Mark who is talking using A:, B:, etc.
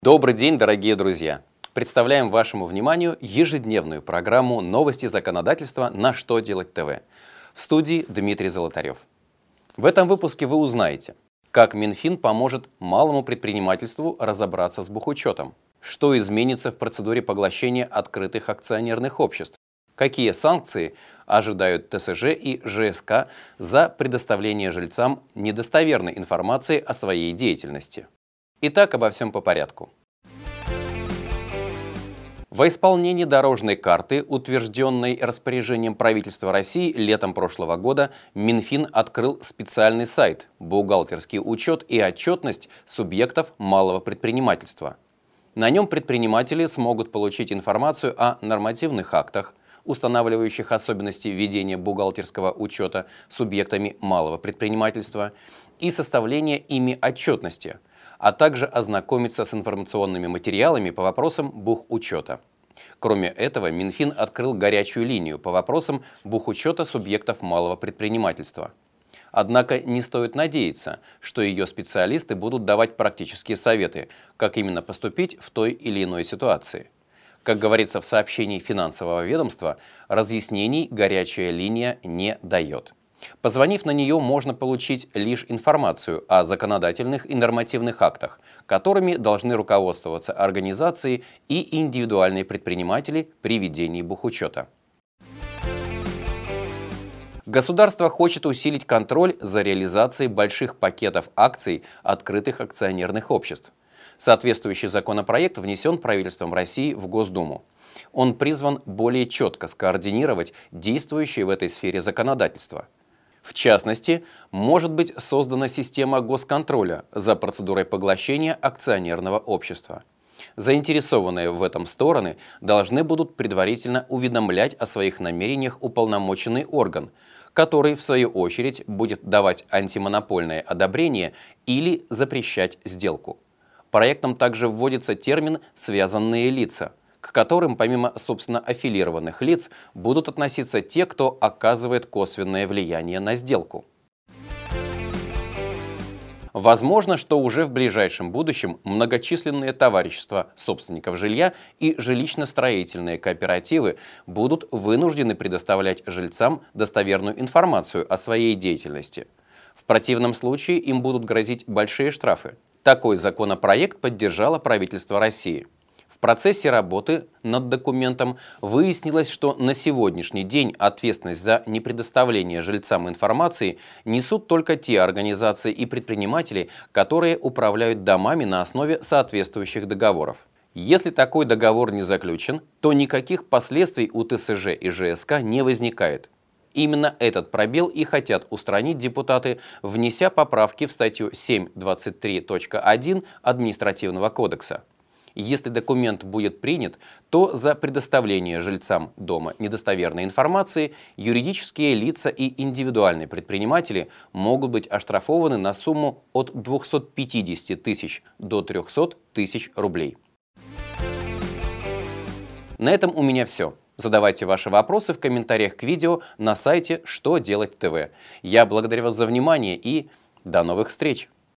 A: Добрый день, дорогие друзья! Представляем вашему вниманию ежедневную программу «Новости законодательства. На что делать ТВ». В студии Дмитрий Золотарев. В этом выпуске вы узнаете, как Минфин поможет малому предпринимательству разобраться с бухучетом, что изменится в процедуре поглощения открытых акционерных обществ, какие санкции ожидают ТСЖ и ЖСК за предоставление жильцам недостоверной информации о своей деятельности. Итак, обо всем по порядку. Во исполнении дорожной карты, утвержденной распоряжением правительства России летом прошлого года, Минфин открыл специальный сайт «Бухгалтерский учет и отчетность субъектов малого предпринимательства». На нем предприниматели смогут получить информацию о нормативных актах, устанавливающих особенности ведения бухгалтерского учета субъектами малого предпринимательства и составления ими отчетности, а также ознакомиться с информационными материалами по вопросам бухучета. Кроме этого, Минфин открыл горячую линию по вопросам бухучета субъектов малого предпринимательства. Однако не стоит надеяться, что ее специалисты будут давать практические советы, как именно поступить в той или иной ситуации. Как говорится в сообщении финансового ведомства, разъяснений горячая линия не дает. Позвонив на нее, можно получить лишь информацию о законодательных и нормативных актах, которыми должны руководствоваться организации и индивидуальные предприниматели при ведении бухучета. Государство хочет усилить контроль за реализацией больших пакетов акций открытых акционерных обществ. Соответствующий законопроект внесен правительством России в Госдуму. Он призван более четко скоординировать действующее в этой сфере законодательство. В частности, может быть создана система госконтроля за процедурой поглощения акционерного общества. Заинтересованные в этом стороны должны будут предварительно уведомлять о своих намерениях уполномоченный орган, который, в свою очередь, будет давать антимонопольное одобрение или запрещать сделку. Проектом также вводится термин «связанные лица», к которым помимо, собственно, аффилированных лиц будут относиться те, кто оказывает косвенное влияние на сделку. Возможно, что уже в ближайшем будущем многочисленные товарищества собственников жилья и жилищно-строительные кооперативы будут вынуждены предоставлять жильцам достоверную информацию о своей деятельности. В противном случае им будут грозить большие штрафы. Такой законопроект поддержало правительство России. В процессе работы над документом выяснилось, что на сегодняшний день ответственность за непредоставление жильцам информации несут только те организации и предприниматели, которые управляют домами на основе соответствующих договоров. Если такой договор не заключен, то никаких последствий у ТСЖ и ЖСК не возникает. Именно этот пробел и хотят устранить депутаты, внеся поправки в статью 7.23.1 Административного кодекса. Если документ будет принят, то за предоставление жильцам дома недостоверной информации юридические лица и индивидуальные предприниматели могут быть оштрафованы на сумму от 250 тысяч до 300 тысяч рублей. На этом у меня все. Задавайте ваши вопросы в комментариях к видео на сайте «Что делать ТВ». Я благодарю вас за внимание и до новых встреч!